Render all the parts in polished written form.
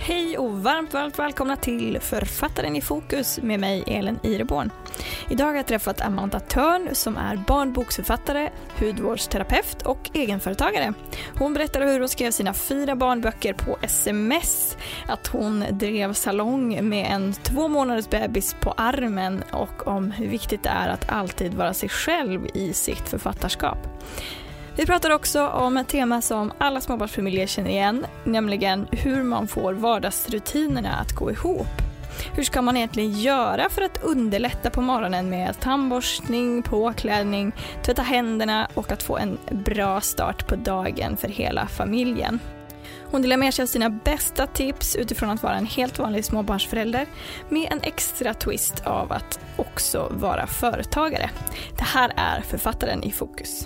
Hej och varmt välkomna till Författaren i fokus med mig Elin Ireborn. Idag har jag träffat Amanda Törn som är barnboksförfattare, hudvårdsterapeut och egenföretagare. Hon berättar hur hon skrev sina 4 barnböcker på sms, att hon drev salong med en 2 månaders bebis på armen och om hur viktigt det är att alltid vara sig själv i sitt författarskap. Vi pratar också om ett tema som alla småbarnsfamiljer känner igen, nämligen hur man får vardagsrutinerna att gå ihop. Hur ska man egentligen göra för att underlätta på morgonen med tandborstning, påklädning, tvätta händerna och att få en bra start på dagen för hela familjen. Hon delar med sig av sina bästa tips utifrån att vara en helt vanlig småbarnsförälder med en extra twist av att också vara företagare. Det här är Författaren i fokus.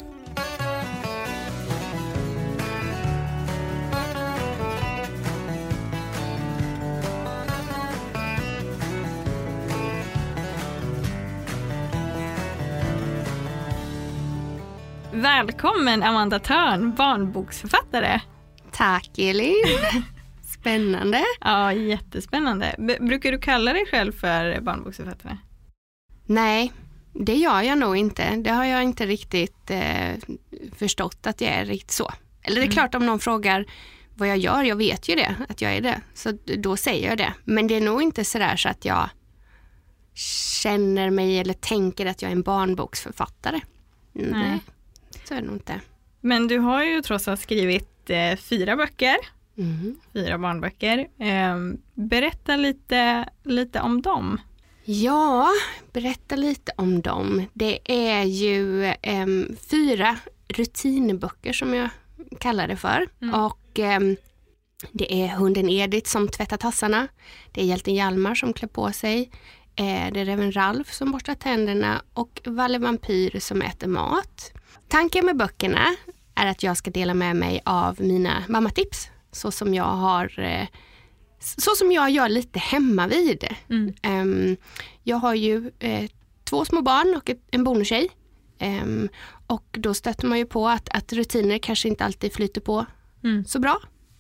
Välkommen Amanda Törn, barnboksförfattare. Tack Elin. Spännande. Ja, jättespännande. Brukar du kalla dig själv för barnboksförfattare? Nej, det gör jag nog inte. Det har jag inte riktigt förstått att jag är riktigt så. Eller det är klart om någon frågar vad jag gör, jag vet ju det, att jag är det. Så då säger jag det. Men det är nog inte sådär så att jag känner mig eller tänker att jag är en barnboksförfattare. Nej. Så är det nog inte. Men du har ju trots allt skrivit 4 böcker. 4 barnböcker. Berätta lite om dem. Ja, berätta lite om dem. Det är ju 4 rutinböcker som jag kallar det för. Och det är hunden Edith som tvättar tassarna. Det är hjälten Hjalmar som klär på sig. Det är Reven Ralf som borstar tänderna och Valle Vampyr som äter mat. Tanken med böckerna är att jag ska dela med mig av mina mammatips så som jag gör lite hemma vid. Jag har ju 2 små barn och en bonustjej. Och då stöter man ju på att rutiner kanske inte alltid flyter på så bra.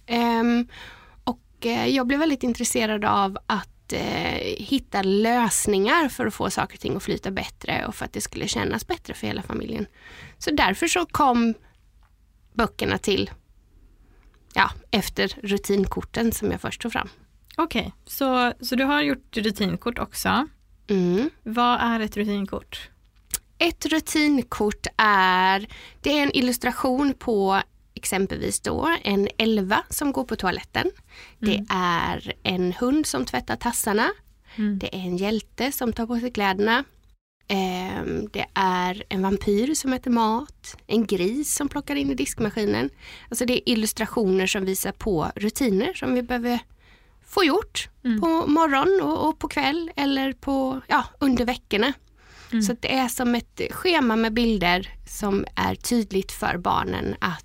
Och jag blev väldigt intresserad av att hitta lösningar för att få saker och ting att flyta bättre och för att det skulle kännas bättre för hela familjen. Så därför så kom böckerna till efter rutinkorten som jag först tog fram. Okej, så du har gjort rutinkort också. Vad är ett rutinkort? Ett rutinkort är en illustration på exempelvis då en 11 som går på toaletten. Det är en hund som tvättar tassarna. Det är en hjälte som tar på sig kläderna. Det är en vampyr som äter mat. En gris som plockar in i diskmaskinen. Alltså det är illustrationer som visar på rutiner som vi behöver få gjort på morgon och på kväll eller under veckorna. Så det är som ett schema med bilder som är tydligt för barnen att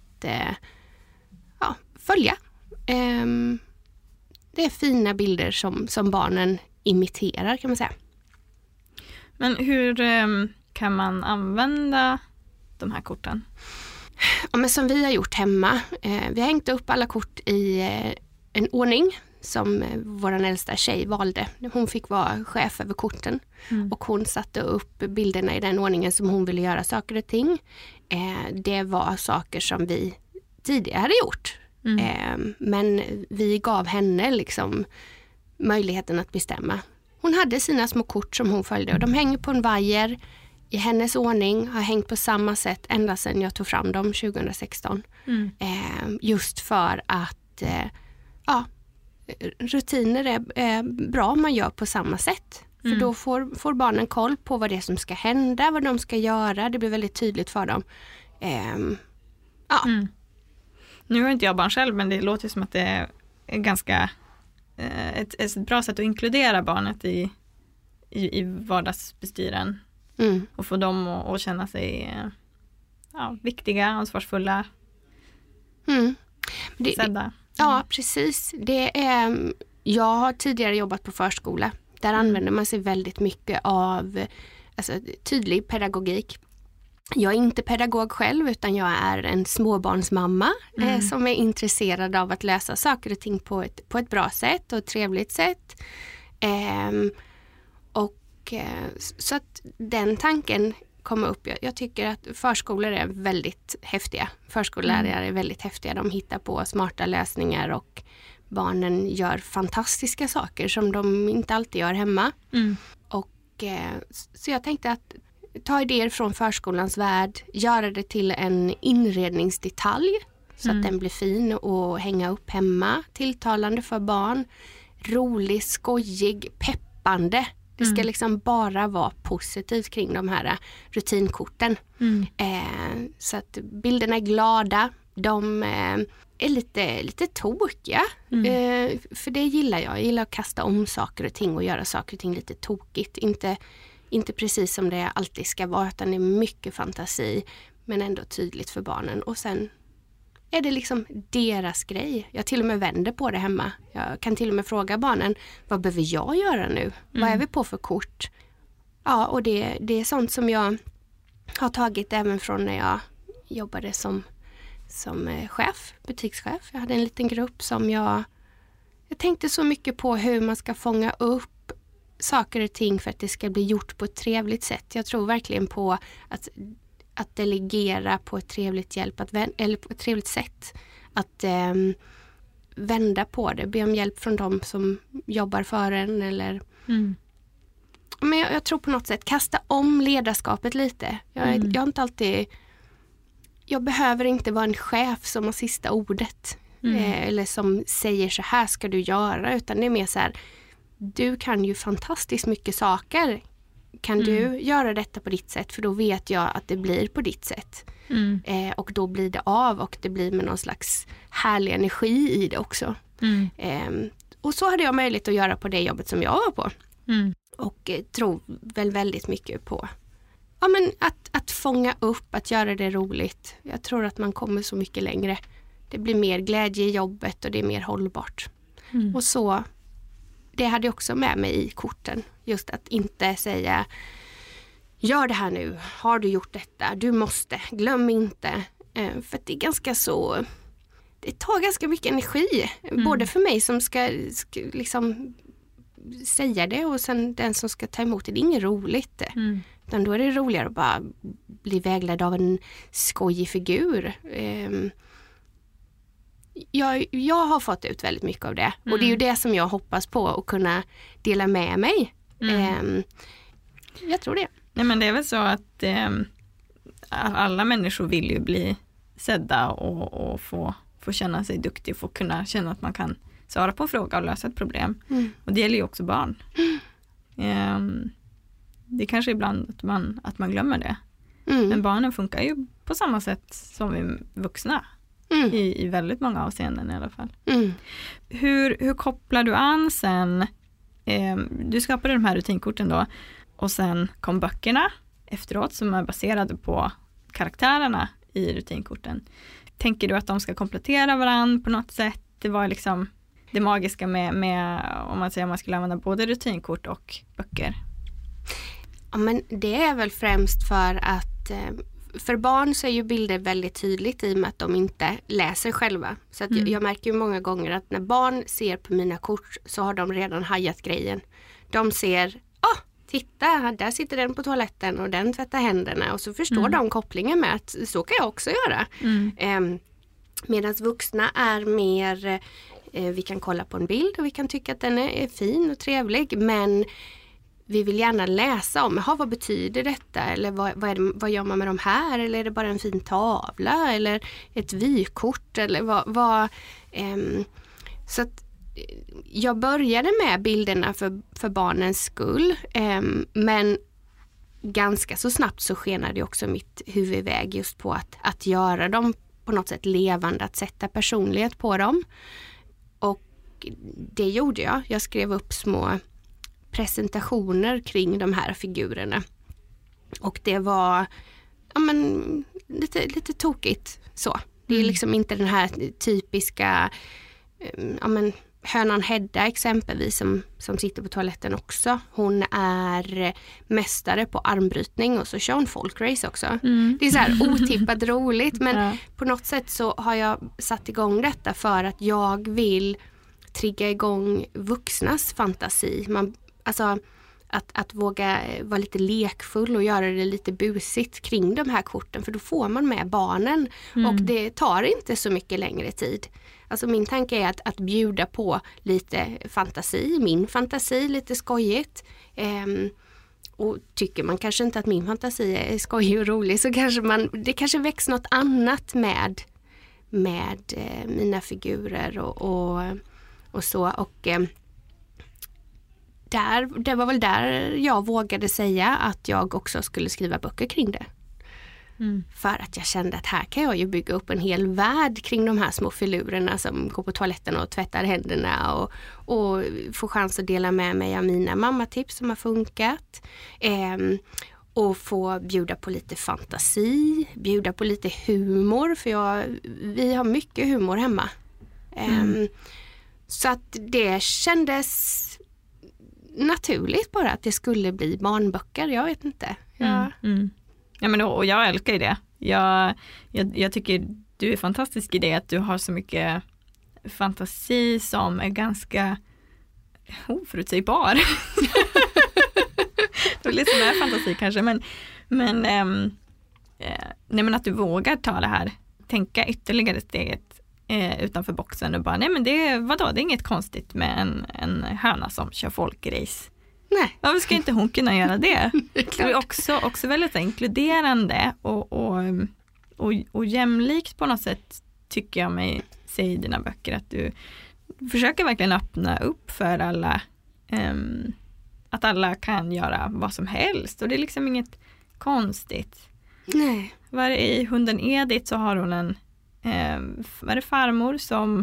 följa. Det är fina bilder som barnen imiterar kan man säga. Men hur kan man använda de här korten? Ja, men som vi har gjort hemma. Vi har hängt upp alla kort i en ordning som vår äldsta tjej valde. Hon fick vara chef över korten. Och hon satte upp bilderna i den ordningen som hon ville göra saker och ting. Det var saker som vi tidigare hade gjort. Men vi gav henne liksom möjligheten att bestämma. Hon hade sina små kort som hon följde och de hänger på en vajer i hennes ordning, har hängt på samma sätt ända sedan jag tog fram dem 2016. Just för att rutiner är bra om man gör på samma sätt. För då får barnen koll på vad det är som ska hända, vad de ska göra. Det blir väldigt tydligt för dem. Nu har inte jag barn själv, men det låter som att det är ganska ett bra sätt att inkludera barnet i vardagsbestyren. Och få dem att känna sig viktiga, ansvarsfulla, sedda. Ja, precis. Jag har tidigare jobbat på förskola. Där använder man sig väldigt mycket av tydlig pedagogik. Jag är inte pedagog själv, utan jag är en småbarnsmamma som är intresserad av att lösa saker och ting på ett bra sätt och ett trevligt sätt. Så att den tanken kom upp. Jag tycker att förskolor är väldigt häftiga. Förskollärare är väldigt häftiga. De hittar på smarta lösningar och barnen gör fantastiska saker som de inte alltid gör hemma. Så jag tänkte att ta idéer från förskolans värld, göra det till en inredningsdetalj så att den blir fin och hänga upp hemma, tilltalande för barn, rolig, skojig, peppande. Det ska liksom bara vara positivt kring de här rutinkorten. Så att bilderna är glada, de är lite tokiga. För det gillar jag. Jag gillar att kasta om saker och ting och göra saker och ting lite tokigt. Inte precis som det alltid ska vara, utan det är mycket fantasi men ändå tydligt för barnen. Och sen är det liksom deras grej. Jag till och med vänder på det hemma. Jag kan till och med fråga barnen, vad behöver jag göra nu? Vad är vi på för kort? Ja, och det är sånt som jag har tagit även från när jag jobbade som chef, butikschef. Jag hade en liten grupp som jag tänkte så mycket på hur man ska fånga upp saker och ting för att det ska bli gjort på ett trevligt sätt. Jag tror verkligen på att delegera på ett trevligt eller på ett trevligt sätt. Att vända på det, be om hjälp från dem som jobbar för en eller men jag tror på något sätt kasta om ledarskapet lite. Jag har inte alltid, jag behöver inte vara en chef som har sista ordet eller som säger så här ska du göra, utan det är mer så här, du kan ju fantastiskt mycket saker. Kan du göra detta på ditt sätt? För då vet jag att det blir på ditt sätt. Och då blir det av och det blir med någon slags härlig energi i det också. Och så hade jag möjlighet att göra på det jobbet som jag var på. Och tror väl väldigt mycket på att fånga upp, att göra det roligt. Jag tror att man kommer så mycket längre. Det blir mer glädje i jobbet och det är mer hållbart. Och så, det hade jag också med mig i korten. Just att inte säga, gör det här nu, har du gjort detta, du måste, glöm inte. För att det är ganska så, det tar ganska mycket energi. Både för mig som ska liksom säga det och sen den som ska ta emot det. Det är inget roligt. Utan då är det roligare att bara bli vägledd av en skojig figur. Jag har fått ut väldigt mycket av det. Och det är ju det som jag hoppas på att kunna dela med mig. Jag tror det. Nej, men det är väl så att alla människor vill ju bli sedda och få känna sig duktig, få kunna känna att man kan svara på en fråga och lösa ett problem. Och det gäller ju också barn. Det är kanske ibland att man glömmer det. Men barnen funkar ju på samma sätt som vi vuxna. I väldigt många avseenden i alla fall. Hur kopplar du an sen? Du skapade de här rutinkorten då. Och sen kom böckerna efteråt som är baserade på karaktärerna i rutinkorten. Tänker du att de ska komplettera varandra på något sätt? Det var liksom det magiska med om man skulle använda både rutinkort och böcker. Ja, men det är väl främst för att för barn så är ju bilder väldigt tydligt i och med att de inte läser själva. Så att jag märker ju många gånger att när barn ser på mina kort så har de redan hajat grejen. De ser, titta, där sitter den på toaletten och den tvättar händerna. Och så förstår de kopplingen med att så kan jag också göra. Medan vuxna är mer, vi kan kolla på en bild och vi kan tycka att den är fin och trevlig. Men vi vill gärna läsa om, vad betyder detta? Eller vad gör man med de här? Eller är det bara en fin tavla? Eller ett vykort? Eller så att jag började med bilderna för barnens skull. Men ganska så snabbt så skenade också mitt huvud iväg just på att göra dem på något sätt levande, att sätta personlighet på dem. Och det gjorde jag. Jag skrev upp små presentationer kring de här figurerna. Och det var lite tokigt så. Det är liksom inte den här typiska hönan Hedda exempelvis som sitter på toaletten också. Hon är mästare på armbrytning och så kör hon folkrace också. Det är så här otippat roligt, men på något sätt så har jag satt igång detta för att jag vill trigga igång vuxnas fantasi. Alltså att våga vara lite lekfull och göra det lite busigt kring de här korten, för då får man med barnen och det tar inte så mycket längre tid. Alltså min tanke är att bjuda på lite fantasi, min fantasi, lite skojigt. Och tycker man kanske inte att min fantasi är skojig och rolig, så kanske det kanske väcks något annat med mina figurer och så. Och det var väl där jag vågade säga att jag också skulle skriva böcker kring det. För att jag kände att här kan jag ju bygga upp en hel värld kring de här små filurerna som går på toaletten och tvättar händerna och få chans att dela med mig av mina mammatips som har funkat. Och få bjuda på lite fantasi, bjuda på lite humor, för vi har mycket humor hemma. Så att det kändes naturligt bara att det skulle bli barnböcker, jag vet inte. Ja, men och jag älskar ju det. Jag tycker du är fantastisk i det, att du har så mycket fantasi som är ganska oförutsägbar. Det är lite mer fantasi kanske, men att du vågar ta det här, tänka ytterligare steget utanför boxen och bara, nej men det är inget konstigt med en höna som kör folkrace. Nej. Varför ska inte hon kunna göra det? Det är också väldigt inkluderande och jämlikt på något sätt, tycker jag mig se i dina böcker, att du försöker verkligen öppna upp för alla, att alla kan göra vad som helst, och det är liksom inget konstigt. Nej. I hunden Edith så har hon en farmor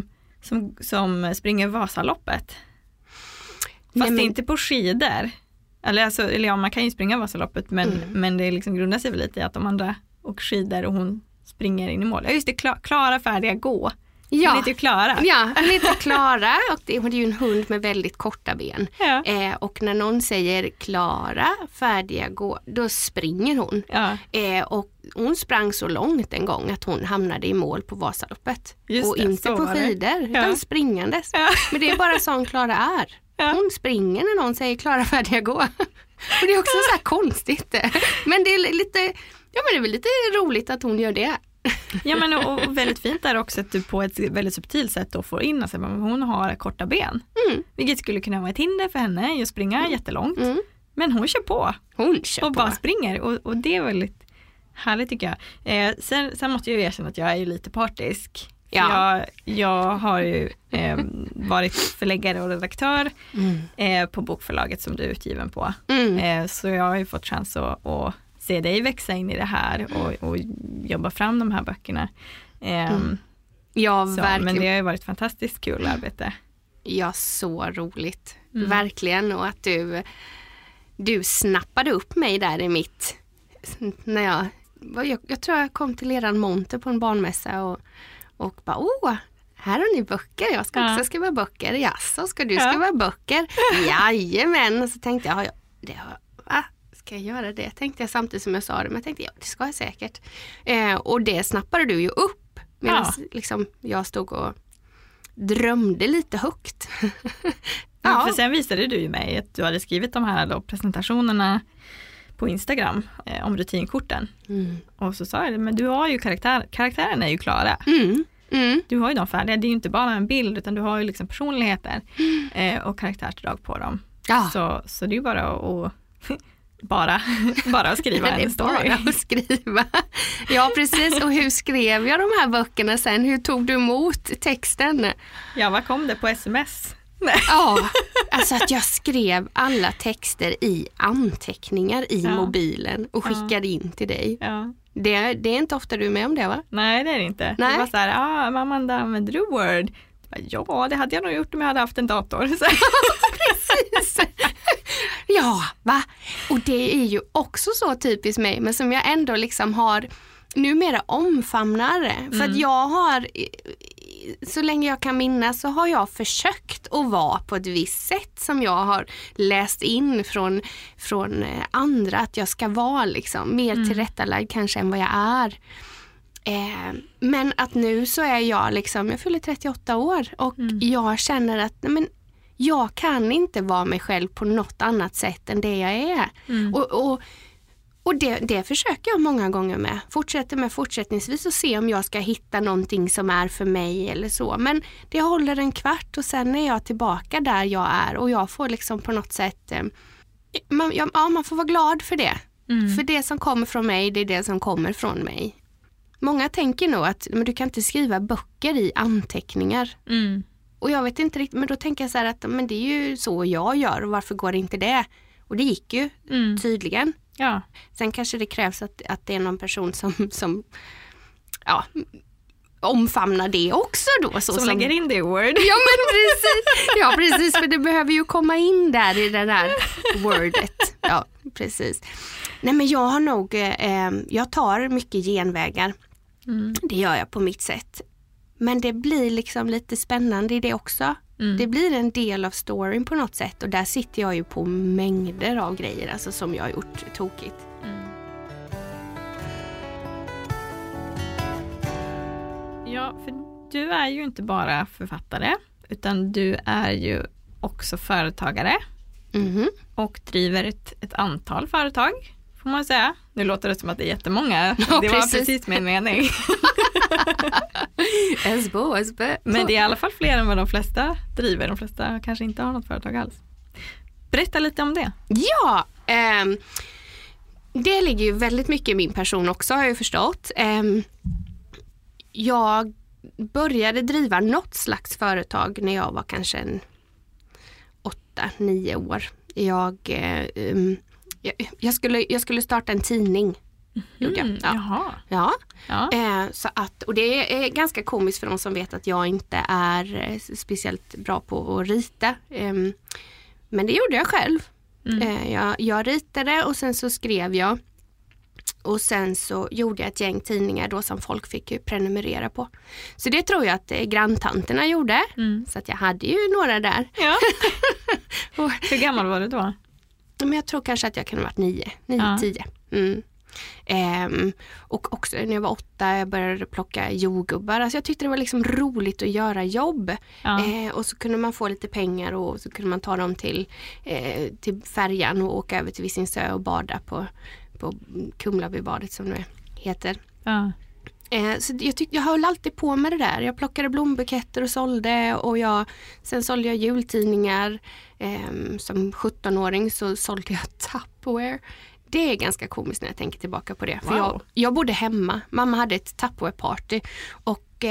som springer Vasaloppet. Fast inte på skidor. Eller man kan ju springa Vasaloppet, men det liksom grundar sig väl lite i att de andra åker skidor och hon springer in i mål. Ja, just det, klara, färdiga, gå. Ja. Lite Klara. Ja, lite Klara, och det är ju en hund med väldigt korta ben. Ja. Och när någon säger Klara, färdiga, gå, då springer hon. Ja. Och hon sprang så långt en gång att hon hamnade i mål på Vasaloppet. Just och det, inte på skidor, utan springandes. Ja. Men det är bara sån Klara är. Ja. Hon springer när någon säger Klara, färdiga, gå. Och det är också så här konstigt. Men det är lite, men det är väl lite roligt att hon gör det. Ja, men och väldigt fint är också att du på ett väldigt subtilt sätt då får in att hon har korta ben. Vilket skulle kunna vara ett hinder för henne att springa jättelångt. Men hon kör på. Och bara springer. Och det är väldigt härligt, tycker jag. Sen måste jag erkänna att jag är lite partisk. Ja. Jag har ju varit förläggare och redaktör på bokförlaget som du är utgiven på. Så jag har ju fått chans att se dig växa in i det här och jobba fram de här böckerna. Ja, verkligen. Men det har ju varit fantastiskt kul arbete. Ja, så roligt. Verkligen. Och att du snappade upp mig där i mitt... När jag tror jag kom till eran monter på en barnmässa och bara, här har ni böcker. Jag ska också skriva böcker. Jaså, ska du skriva böcker? Jajamän. Och så tänkte jag, ska jag göra det? Tänkte jag samtidigt som jag sa det. Men jag tänkte, det ska jag säkert. Och det snappade du ju upp. Medan liksom, jag stod och drömde lite högt. För sen visade du ju mig att du hade skrivit de här då, presentationerna på Instagram om rutinkorten. Och så sa jag det, men du har ju karaktärerna är ju klara. Du har ju de färdiga. Det är ju inte bara en bild, utan du har ju liksom personligheter och karaktärsdrag på dem. Så det är ju bara att bara att skriva en story. Bara att skriva. Ja, precis. Och hur skrev jag de här böckerna sen? Hur tog du emot texten? Ja, vad kom det på sms? Ja, alltså att jag skrev alla texter i anteckningar i mobilen och skickade in till dig. Ja. Det är inte ofta du är med om det, va? Nej, det är det inte. Nej. Det var så här, Amanda, använder du Word? Ja, det hade jag nog gjort om jag hade haft en dator. Precis. Ja, va? Och det är ju också så typiskt mig, men som jag ändå liksom har numera omfamnar. För att jag har så länge jag kan minnas så har jag försökt att vara på ett visst sätt som jag har läst in från andra, att jag ska vara liksom mer tillrättalagd kanske än vad jag är. Men att nu så är jag liksom, jag fyller 38 år och jag känner att nej, men jag kan inte vara mig själv på något annat sätt än det jag är. Och det försöker jag många gånger med. Fortsätter med fortsättningsvis och se om jag ska hitta någonting som är för mig eller så. Men det håller en kvart och sen är jag tillbaka där jag är. Och jag får liksom på något sätt... man får vara glad för det. För det som kommer från mig, det är det som kommer från mig. Många tänker nog att men du kan inte skriva böcker i anteckningar. Och jag vet inte riktigt, men då tänker jag så här att men det är ju så jag gör och varför går inte det? Och det gick ju tydligen. Ja. Sen kanske det krävs att det är någon person som omfamnar det också då. Som lägger in det word. Ja, men precis. Ja, precis. För det behöver ju komma in där i det där wordet. Ja, precis. Nej, men jag har nog, jag tar mycket genvägar. Det gör jag på mitt sätt. Men det blir liksom lite spännande i det också. Det blir en del av storyn på något sätt. Och där sitter jag ju på mängder av grejer alltså, som jag har gjort tokigt. Ja, för du är ju inte bara författare. Utan du är ju också företagare. Och driver ett antal företag, får man säga. Nu låter det som att det är jättemånga. Ja, det var precis min mening. Men det är i alla fall fler än vad de flesta driver. De flesta kanske inte har något företag alls. Berätta lite om det. Ja, det ligger ju väldigt mycket i min person också, har jag förstått. Jag började driva något slags företag när jag var kanske 8-9 år. Jag skulle starta en tidning. Jaha. Så att, och det är ganska komiskt för de som vet att jag inte är speciellt bra på att rita. Men det gjorde jag själv. Jag ritade och sen så skrev jag. Och sen så gjorde jag ett gäng tidningar då som folk fick prenumerera på. Så det tror jag att granntanterna gjorde. Så att jag hade ju några där. Ja. Hur gammal var du då? Men jag tror kanske att jag kan ha varit 9-10. Och också när jag var 8 jag började plocka jordgubbar. Alltså jag tyckte det var liksom roligt att göra jobb. Och så kunde man få lite pengar och så kunde man ta dem till färjan och åka över till Visingsö och bada på Kumlabybadet som det heter. Så jag höll alltid på med det där. Jag plockade blombuketter och sålde. Och sen sålde jag jultidningar. Som 17-åring så sålde jag Tupperware. Det är ganska komiskt när jag tänker tillbaka på det. För jag bodde hemma. Mamma hade ett Tupperware-party. Och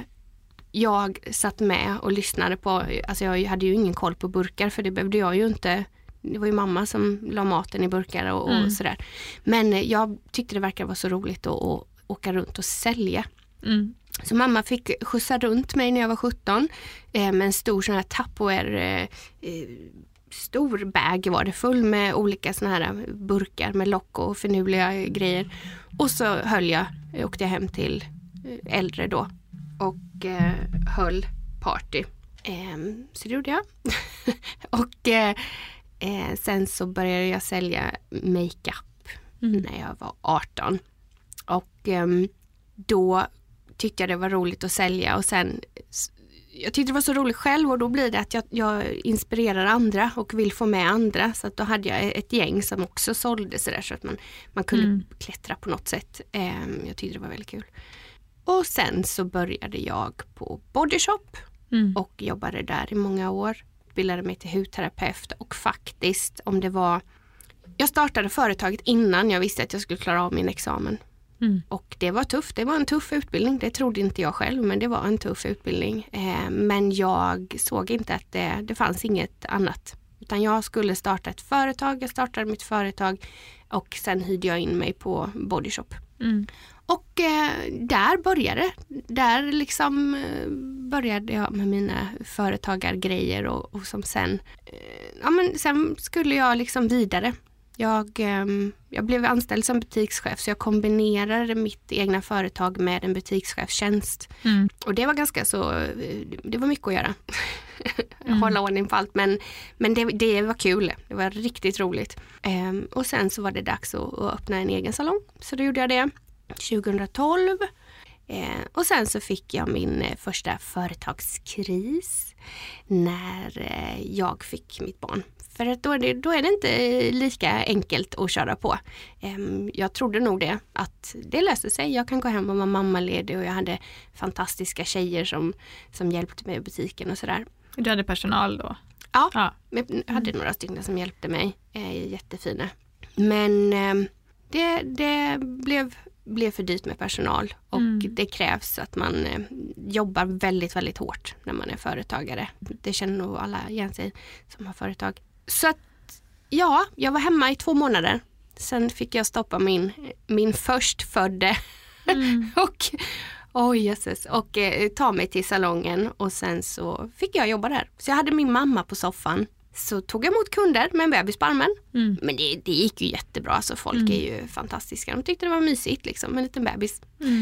jag satt med och lyssnade på... Alltså jag hade ju ingen koll på burkar för det behövde jag ju inte... Det var ju mamma som la maten i burkar och sådär. Men jag tyckte det verkade vara så roligt att åka runt och sälja. Så mamma fick skjutsa runt mig när jag var 17 med en stor sån här Tupperware stor bag var det full med olika såna här burkar med lock och förnuliga grejer. Och så åkte jag hem till äldre då och höll party. Så det gjorde jag. Och sen så började jag sälja makeup när jag var 18. Och då tyckte jag det var roligt att sälja och sen jag tyckte det var så roligt själv och då blir det att jag inspirerar andra och vill få med andra. Så att då hade jag ett gäng som också sålde sådär så att man kunde klättra på något sätt. Jag tyckte det var väldigt kul. Och sen så började jag på Body Shop och jobbade där i många år. Utbildade mig till hudterapeut och faktiskt jag startade företaget innan jag visste att jag skulle klara av min examen. Och det var tufft. Det var en tuff utbildning. Det trodde inte jag själv, men det var en tuff utbildning. Men jag såg inte att det fanns inget annat. Utan jag skulle starta ett företag. Jag startade mitt företag och sen hyrde jag in mig på Body Shop. Och där började jag med mina företagargrejer och som sen skulle jag liksom vidare. Jag blev anställd som butikschef, så jag kombinerade mitt egna företag med en butikschefstjänst. Och det var det var mycket att göra. Hålla ordning på allt, men det var kul. Det var riktigt roligt. Och sen så var det dags att öppna en egen salong. Så då gjorde jag det 2012. Och sen så fick jag min första företagskris när jag fick mitt barn. För att då är det inte lika enkelt att köra på. Jag trodde nog det, att det löste sig. Jag kan gå hem och vara mammaledig, och jag hade fantastiska tjejer som hjälpte mig i butiken och sådär. Du hade personal då? Ja. Jag hade några stycken som hjälpte mig. Jättefina. Men det blev för dyrt med personal, och det krävs att man jobbar väldigt, väldigt hårt när man är företagare. Det känner nog alla igen sig som har företag. Så att, jag var hemma i 2 månader. Sen fick jag stoppa min förstfödde och ta mig till salongen, och sen så fick jag jobba där. Så jag hade min mamma på soffan. Så tog jag emot kunder med en bebis på armen. Men det gick ju jättebra. Så folk är ju fantastiska. De tyckte det var mysigt liksom, med en liten bebis.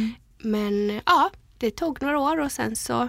Men det tog några år, och sen så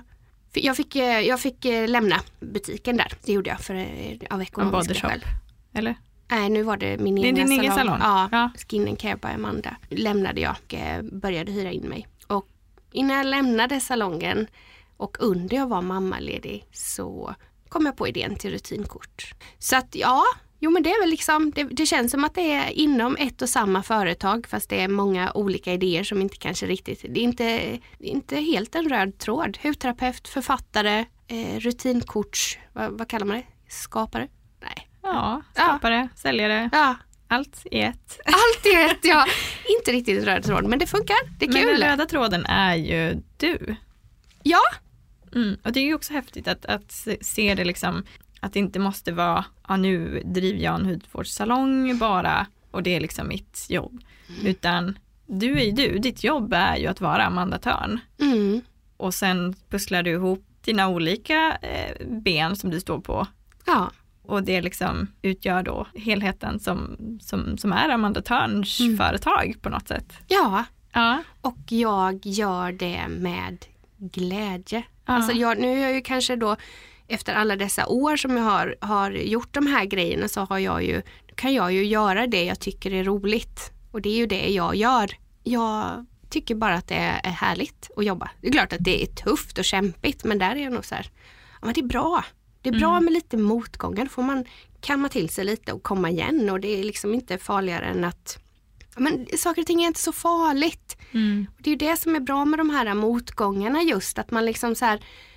jag fick lämna butiken där. Det gjorde jag av ekonomiska skäl. Eller? Nej, nu var det min egen salong. Ja. Skin & Care by Amanda. Lämnade jag och började hyra in mig. Och innan jag lämnade salongen och under jag var mammaledig, så kom jag på idén till rutinkort. Så att men det är väl liksom, det känns som att det är inom ett och samma företag, fast det är många olika idéer som inte kanske riktigt, det är inte helt en röd tråd. Hudterapeut, författare, rutinkorts, vad kallar man det? Skapare? Nej. Ja, skapare, säljare. Ja. Allt i ett. Allt i ett, ja. Inte riktigt röd tråd, men det funkar. Det är kul. Men den röda tråden är ju du. Ja. Och det är ju också häftigt att se det liksom, att det inte måste vara, nu driver jag en hudvårdssalong bara, och det är liksom mitt jobb. Utan du är ju du. Ditt jobb är ju att vara Amanda Törn. Och sen pusslar du ihop dina olika ben som du står på. Ja. Och det liksom utgör då helheten som är Amanda Törns företag på något sätt. Ja. Och jag gör det med glädje. Alltså nu är jag ju kanske då, efter alla dessa år som jag har gjort de här grejerna, så kan jag ju göra det jag tycker är roligt. Och det är ju det jag gör. Jag tycker bara att det är härligt att jobba. Det är klart att det är tufft och kämpigt, men där är jag nog så här, men det är bra. Det är bra med lite motgångar. Då får man kamma till sig lite och komma igen. Och det är liksom inte farligare än att saker och ting är inte så farligt. Och det är ju det som är bra med de här motgångarna, just att man liksom så här,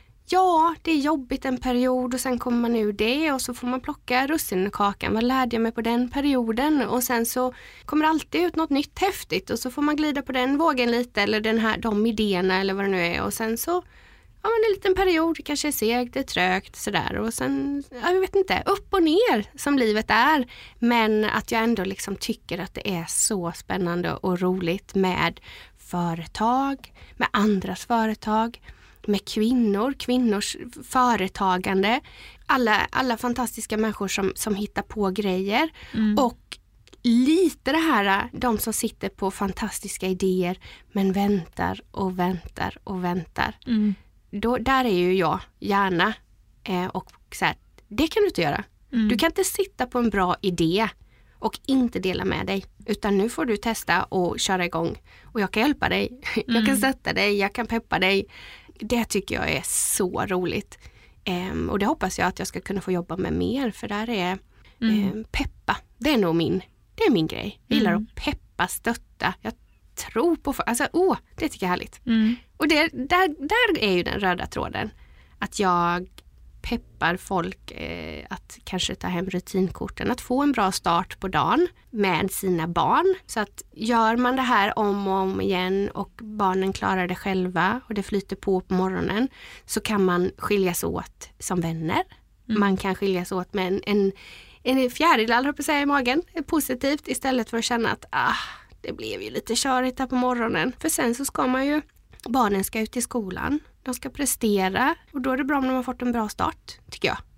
det är jobbigt en period, och sen kommer man ur det, och så får man plocka russinen i kakan. Vad lärde jag mig på den perioden? Och sen så kommer alltid ut något nytt häftigt, och så får man glida på den vågen lite, eller de idéerna eller vad det nu är. Och sen så en liten period, kanske är segt, det är trögt sådär, och sen, jag vet inte, upp och ner som livet är, men att jag ändå liksom tycker att det är så spännande och roligt med företag, med andras företag, med kvinnors företagande, alla fantastiska människor som hittar på grejer, och lite det här, de som sitter på fantastiska idéer men väntar och väntar och väntar. Där är ju jag gärna, och så här, det kan du inte göra. Du kan inte sitta på en bra idé och inte dela med dig, utan nu får du testa och köra igång, och jag kan hjälpa dig, jag kan sätta dig, jag kan peppa dig. Det tycker jag är så roligt, och det hoppas jag att jag ska kunna få jobba med mer, för där är peppa, det är nog min grej. Jag gillar att peppa, stötta, jag tror på, det tycker jag är härligt. Och där är ju den röda tråden, att jag peppar folk att kanske ta hem rutinkorten, att få en bra start på dagen med sina barn. Så att gör man det här om och om igen, och barnen klarar det själva och det flyter på morgonen, så kan man skiljas åt som vänner. Man kan skiljas åt med en fjärilar, på sig i magen, positivt, istället för att känna att det blev ju lite körigt här på morgonen. För sen så ska barnen ska ut i skolan, de ska prestera, och då är det bra om de har fått en bra start, tycker jag.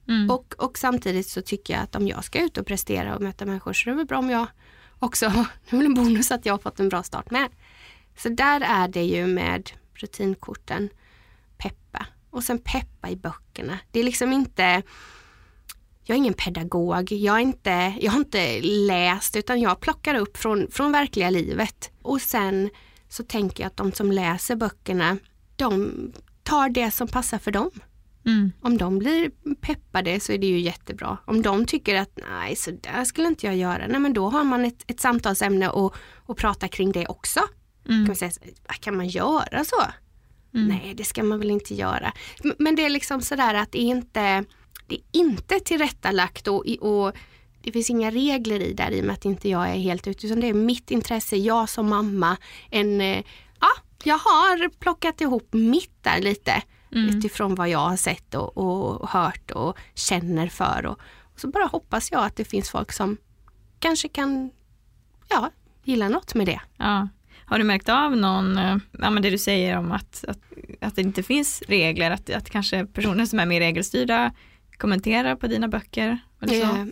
Och samtidigt så tycker jag att om jag ska ut och prestera och möta människor så är det väl bra om jag också, det är väl en bonus att jag har fått en bra start med. Så där är det ju med rutinkorten peppa. Och sen peppa i böckerna. Det är liksom inte, jag är ingen pedagog, jag har inte läst utan jag plockar upp från verkliga livet. Och sen så tänker jag att de som läser böckerna, de tar det som passar för dem. Om de blir peppade så är det ju jättebra. Om de tycker att nej, så där skulle inte jag göra. Nej, men då har man ett samtalsämne och prata kring det också. Kan man säga, kan man göra så? Nej, det ska man väl inte göra. Men det är liksom sådär att det är inte tillrättalagt och det finns inga regler i där i och med att inte jag är helt ute. Utan det är mitt intresse, jag som mamma. Jag har plockat ihop mitt där lite. Utifrån vad jag har sett och hört och känner för. Och så bara hoppas jag att det finns folk som kanske kan gilla något med det. Ja. Har du märkt av men det du säger om att det inte finns regler, att kanske personer som är mer regelstyrda kommenterar på dina böcker? Eller så?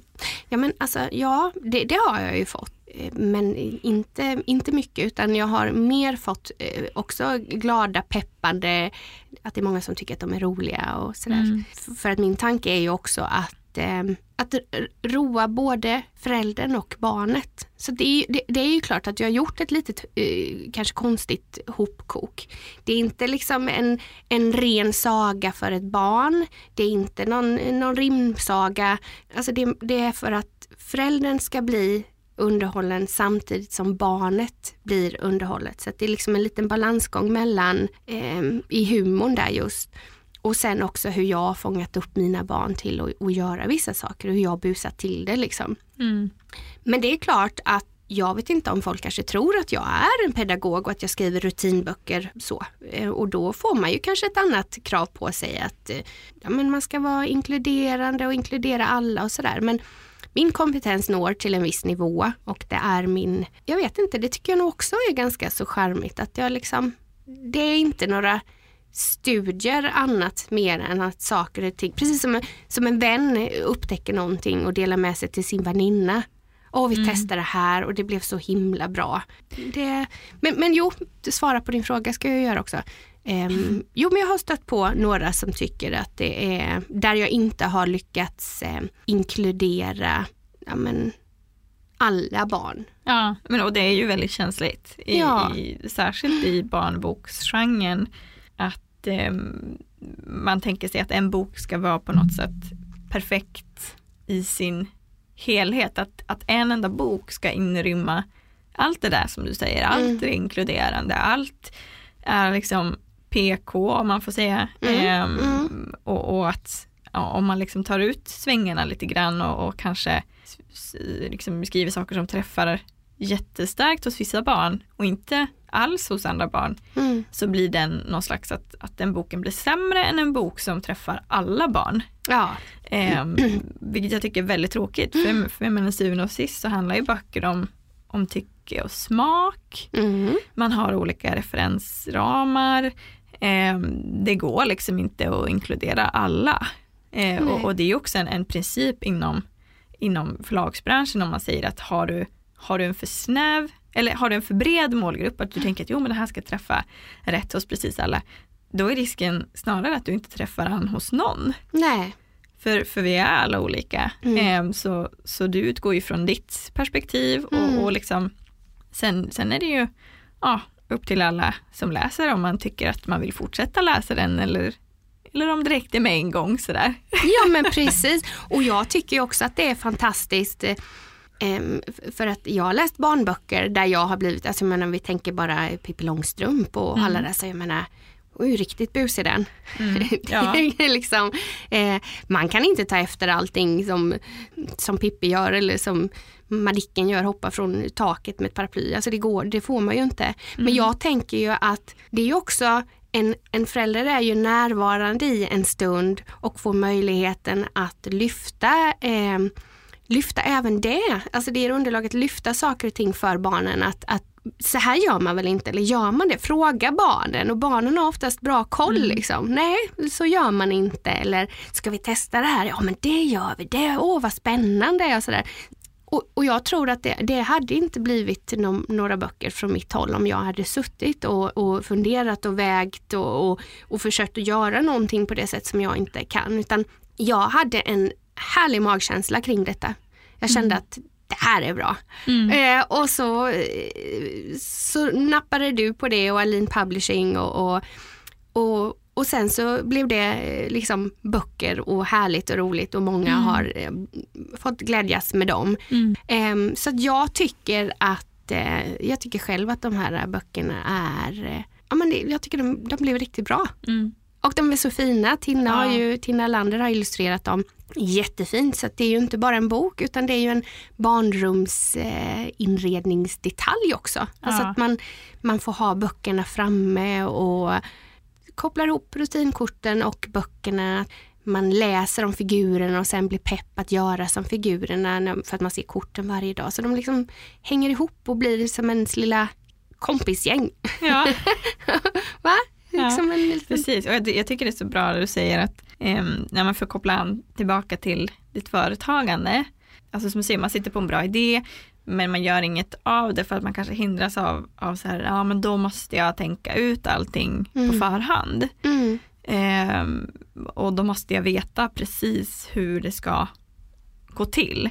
Det har jag ju fått. Men inte mycket, utan jag har mer fått också glada, peppande, att det är många som tycker att de är roliga och sådär. För att min tanke är ju också att roa både föräldern och barnet. Så det är ju klart att jag har gjort ett litet kanske konstigt hopkok. Det är inte liksom en ren saga för ett barn. Det är inte någon rimsaga. Alltså det är för att föräldern ska bli underhållen samtidigt som barnet blir underhållet. Så att det är liksom en liten balansgång mellan i humorn där just. Och sen också hur jag har fångat upp mina barn till att göra vissa saker och hur jag busar till det liksom. Men det är klart att jag vet inte om folk kanske tror att jag är en pedagog och att jag skriver rutinböcker så. Och då får man ju kanske ett annat krav på sig att men man ska vara inkluderande och inkludera alla och sådär. Men min kompetens når till en viss nivå och det är jag vet inte, det tycker jag nog också är ganska så charmigt att jag liksom, det är inte några studier annat mer än att saker och ting, precis som en vän upptäcker någonting och delar med sig till sin väninna. Vi testade det här och det blev så himla bra. Men jo, svara på din fråga ska jag göra också. Men jag har stött på några som tycker att det är där jag inte har lyckats inkludera alla barn. Ja, och det är ju väldigt känsligt särskilt i barnboksgenren att man tänker sig att en bok ska vara på något sätt perfekt i sin helhet, att en enda bok ska inrymma allt det där som du säger, allt är inkluderande, allt är liksom PK om man får säga och att om man liksom tar ut svängarna lite grann och kanske liksom skriver saker som träffar jättestarkt hos vissa barn och inte alls hos andra barn, så blir den någon slags att den boken blir sämre än en bok som träffar alla barn. Ja. Vilket jag tycker är väldigt tråkigt. För men syvende och sist så handlar ju böcker om tycke och smak. Man har olika referensramar. Det går liksom inte att inkludera alla. Och det är också en princip inom förlagsbranschen om man säger att har du en för snäv eller har du en för bred målgrupp att du tänker att men det här ska träffa rätt hos precis alla, då är risken snarare att du inte träffar an hos någon. Nej. För vi är alla olika. Så du utgår ju från ditt perspektiv och liksom sen är det ju upp till alla som läser om man tycker att man vill fortsätta läsa den eller om det räckte med en gång sådär. Ja men precis. Och jag tycker också att det är fantastiskt för att jag har läst barnböcker där jag har blivit, alltså vi tänker bara Pippi Långstrump och alla dessa, jag menar, riktigt busig den. Ja. Liksom, man kan inte ta efter allting som Pippi gör eller som Madicken gör, hoppa från taket med ett paraply. Alltså det får man ju inte. Men jag tänker ju att det är ju också en förälder är ju närvarande i en stund och får möjligheten att lyfta även det. Alltså det är underlaget, lyfta saker och ting för barnen. Att så här gör man väl inte, eller gör man det? Fråga barnen, och barnen har oftast bra koll liksom. Nej, så gör man inte. Eller ska vi testa det här? Ja, men det gör vi. Det, vad spännande och sådär. Och jag tror att det hade inte blivit några böcker från mitt håll om jag hade suttit och funderat och vägt och försökt att göra någonting på det sätt som jag inte kan. Utan jag hade en härlig magkänsla kring detta. Jag kände att det här är bra. Och så nappade du på det och Aline Publishing och sen så blev det liksom böcker och härligt och roligt och många har fått glädjas med dem. Så att jag tycker själv att de här böckerna är, jag tycker de blev riktigt bra. Och de är så fina. Tina Lander har illustrerat dem jättefint, så att det är ju inte bara en bok utan det är ju en barnrumsinredningsdetalj också. Alltså att man får ha böckerna framme och kopplar ihop rutinkorten och böckerna. Man läser om figurerna och sen blir pepp att göra som figurerna för att man ser korten varje dag. Så de liksom hänger ihop och blir som ens lilla kompisgäng. Ja. Va? Liksom precis. Och jag tycker det är så bra att du säger att när man får koppla tillbaka till ditt företagande. Alltså som du säger, man sitter på en bra idé men man gör inget av det för att man kanske hindras av så här, men då måste jag tänka ut allting på förhand. Och då måste jag veta precis hur det ska gå till.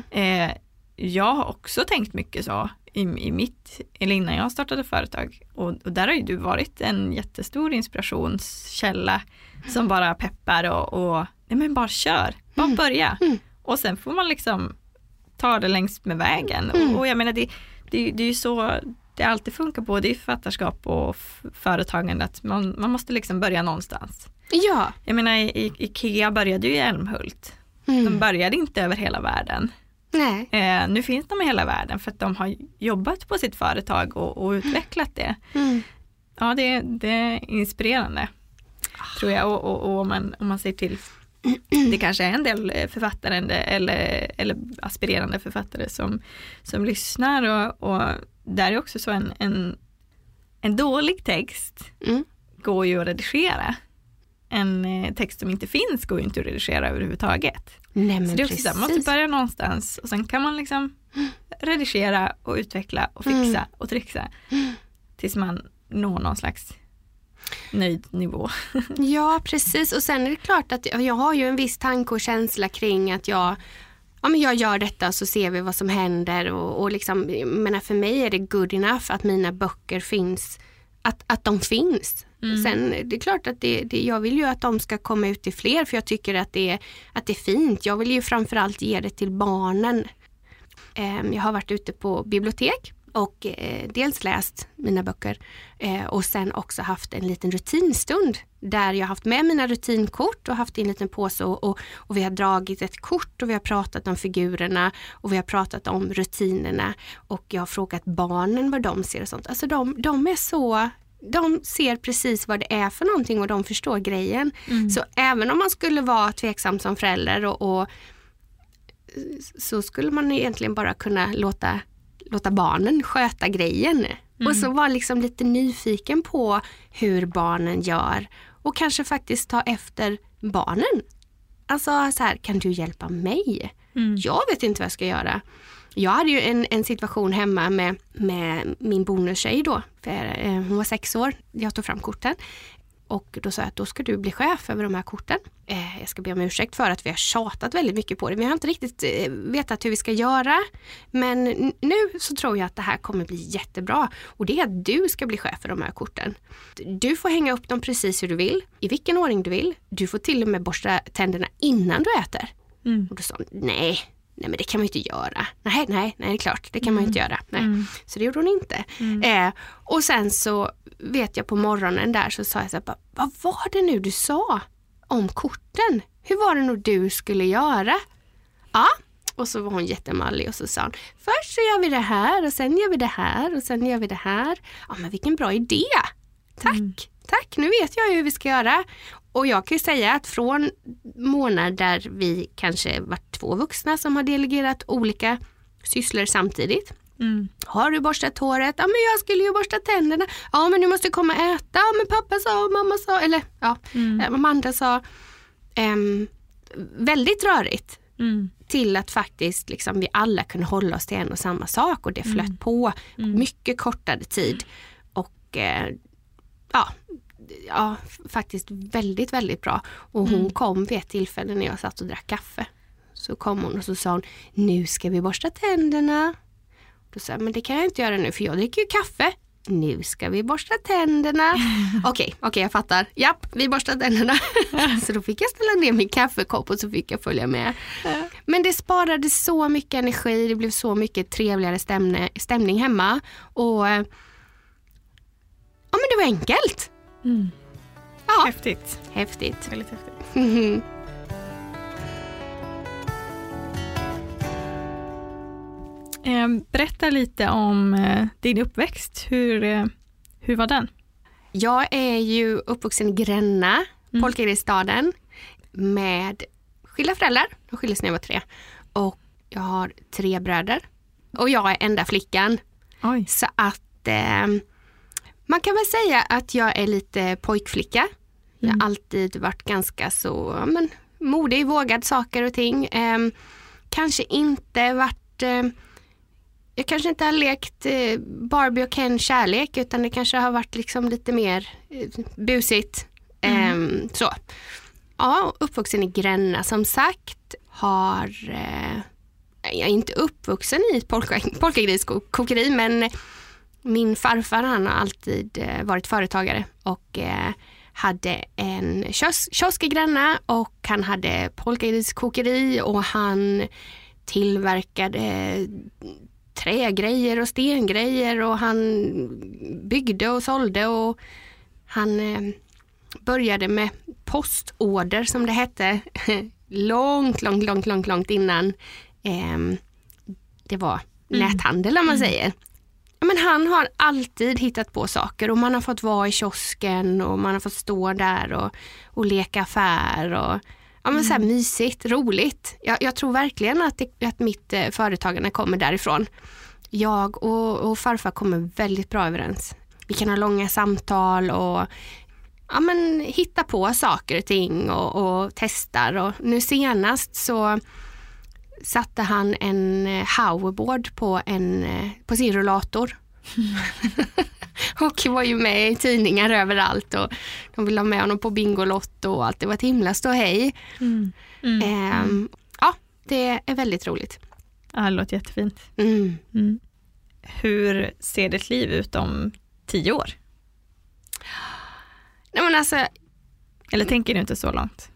Jag har också tänkt mycket så eller innan jag startade företag, och där har ju du varit en jättestor inspirationskälla som bara peppar och nej, men bara kör, bara börja och sen får man liksom ta det längs med vägen och jag menar det är ju så det alltid funkar på, det är författarskap och företagande, att man måste liksom börja någonstans. Ja. Jag menar IKEA började ju i Älmhult. De började inte över hela världen. Nej. Nu finns de i hela världen för att de har jobbat på sitt företag och utvecklat det. Ja, det är inspirerande, tror jag. Och om man ser till, det kanske är en del författare eller aspirerande författare som lyssnar och där är också så en dålig text går ju att redigera. En text som inte finns går ju inte att redigera överhuvudtaget. Nej, men så det är också så, man måste börja någonstans och sen kan man liksom redigera och utveckla och fixa och trixa tills man når någon slags nöjd nivå. Ja, precis. Och sen är det klart att jag har ju en viss tanke och känsla kring att jag gör detta så ser vi vad som händer och liksom, men för mig är det good enough att mina böcker finns, att de finns. Sen det är klart att jag vill ju att de ska komma ut till fler, för jag tycker att det är fint. Jag vill ju framförallt ge det till barnen. Jag har varit ute på bibliotek och dels läst mina böcker och sen också haft en liten rutinstund där jag har haft med mina rutinkort och haft en liten påse och vi har dragit ett kort och vi har pratat om figurerna och vi har pratat om rutinerna och jag har frågat barnen vad de ser och sånt. Alltså de är så... De ser precis vad det är för någonting och de förstår grejen. Så även om man skulle vara tveksam som förälder och så skulle man egentligen bara kunna låta barnen sköta grejen. Och så vara liksom lite nyfiken på hur barnen gör och kanske faktiskt ta efter barnen. Alltså så här, kan du hjälpa mig? Jag vet inte vad jag ska göra. Jag hade ju en situation hemma med min bonustjej då. För hon var 6 år. Jag tog fram korten. Och då sa jag att då ska du bli chef över de här korten. Jag ska be om ursäkt för att vi har tjatat väldigt mycket på det. Vi har inte riktigt vetat hur vi ska göra. Men nu så tror jag att det här kommer bli jättebra. Och det är att du ska bli chef för de här korten. Du får hänga upp dem precis hur du vill. I vilken ordning du vill. Du får till och med borsta tänderna innan du äter. Och då sa hon, nej men det kan man ju inte göra. Nej, det är klart. Det kan man ju inte göra. Nej. Så det gjorde hon inte. Och sen så vet jag på morgonen där så sa jag så här, vad var det nu du sa om korten? Hur var det nog du skulle göra? Ja, och så var hon jättemallig och så sa hon, först så gör vi det här och sen gör vi det här och sen gör vi det här. Ja, men vilken bra idé. Tack, nu vet jag hur vi ska göra. Och jag kan ju säga att från månader där vi kanske varit 2 vuxna som har delegerat olika sysslor samtidigt Har du borstat håret? Ja, men jag skulle ju borsta tänderna. Ja, men du måste komma och äta. Ja, men pappa sa, mamma sa, eller ja, Amanda sa. Väldigt rörigt. Till att faktiskt liksom, vi alla kunde hålla oss till en och samma sak. Och det flöt på mycket kortare tid. Och ja, faktiskt väldigt, väldigt bra. Och hon kom vid ett tillfälle när jag satt och drack kaffe. Så kom hon och så sa hon, nu ska vi borsta tänderna. Då sa jag, men det kan jag inte göra nu för jag dricker ju kaffe. Nu ska vi borsta tänderna. Okej, jag fattar. Japp, vi borstar tänderna. Så då fick jag ställa ner min kaffekopp och så fick jag följa med. Men det sparade så mycket energi. Det blev så mycket trevligare stämning hemma. Och ja, men det var enkelt. Ja. Häftigt. Väldigt häftigt. Berätta lite om din uppväxt. Hur var den? Jag är ju uppvuxen i Gränna, Polkagrisstaden, med skilda föräldrar. De skildes när jag var 3. Och jag har 3 bröder. Och jag är enda flickan. Oj. Så att man kan väl säga att jag är lite pojkflicka. Jag har alltid varit ganska så modig, vågad saker och ting. Kanske inte varit... jag kanske inte har lekt Barbie och Ken kärlek, utan det kanske har varit liksom lite mer busigt. Så. Ja, uppvuxen i Gränna som sagt. Jag är inte uppvuxen i ett polkagriskokeri, men min farfar han har alltid varit företagare och hade en kiosk i Gränna och han hade polkagriskokeri och han tillverkade trägrejer och stengrejer och han byggde och sålde och han började med postorder som det hette långt innan det var näthandel om man säger. Men han har alltid hittat på saker och man har fått vara i kiosken och man har fått stå där och leka affär och så här mysigt, roligt. Jag tror verkligen att mitt företagande kommer därifrån. Jag och farfar kommer väldigt bra överens. Vi kan ha långa samtal och hitta på saker och ting och testar. Och nu senast så satte han en hoverboard på sin rollator. Och var ju med i tidningar överallt och de ville ha med honom på Bingolotto och allt. Det var ett himla ståhej. Ja, det är väldigt roligt. Ja, det låter jättefint. Hur ser ditt liv ut om 10 år? Nej, men alltså... Eller tänker du inte så långt?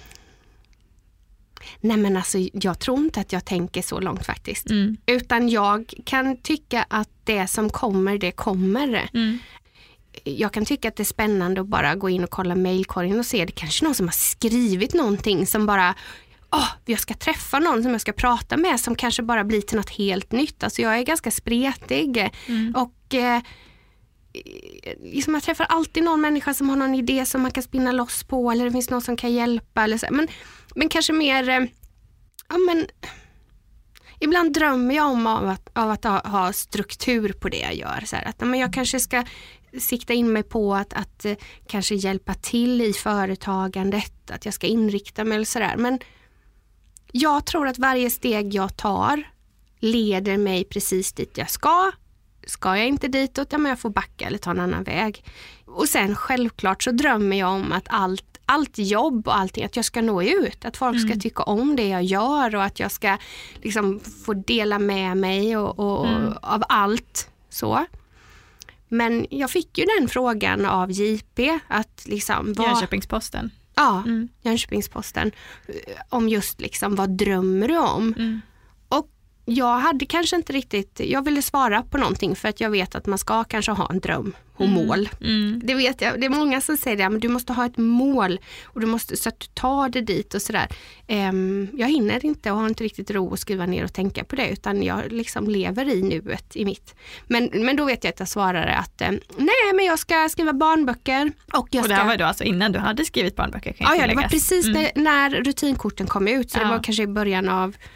Nej, men alltså jag tror inte att jag tänker så långt faktiskt. Utan jag kan tycka att det som kommer, det kommer. Jag kan tycka att det är spännande att bara gå in och kolla mejlkorgen och se det kanske någon som har skrivit någonting som bara jag ska träffa någon som jag ska prata med som kanske bara blir till något helt nytt. Alltså jag är ganska spretig och liksom jag träffar alltid någon människa som har någon idé som man kan spinna loss på eller det finns någon som kan hjälpa eller så. Men kanske mer ibland drömmer jag om av att ha struktur på det jag gör. Så här, att jag kanske ska sikta in mig på att kanske hjälpa till i företagandet, att jag ska inrikta mig eller sådär. Men jag tror att varje steg jag tar leder mig precis dit jag ska. Ska jag inte ditåt, men jag får backa eller ta en annan väg. Och sen självklart så drömmer jag om att allt jobb och allting, att jag ska nå ut. Att folk ska tycka om det jag gör och att jag ska liksom få dela med mig och av allt så. Men jag fick ju den frågan av JP att liksom... Jönköpingsposten. Ja, Jönköpingsposten. Om just liksom, vad drömmer du om? Och jag hade kanske inte riktigt... Jag ville svara på någonting för att jag vet att man ska kanske ha en dröm och mål. Det vet jag. Det är många som säger det, men du måste ha ett mål och du måste så att du tar det dit och sådär. Jag hinner inte och har inte riktigt ro att skriva ner och tänka på det utan jag liksom lever i nuet i mitt. Men då vet jag att jag svarar att nej, men jag ska skriva barnböcker. Och det här var då alltså innan du hade skrivit barnböcker? Ja, det var precis när rutinkorten kom ut så det var kanske i början av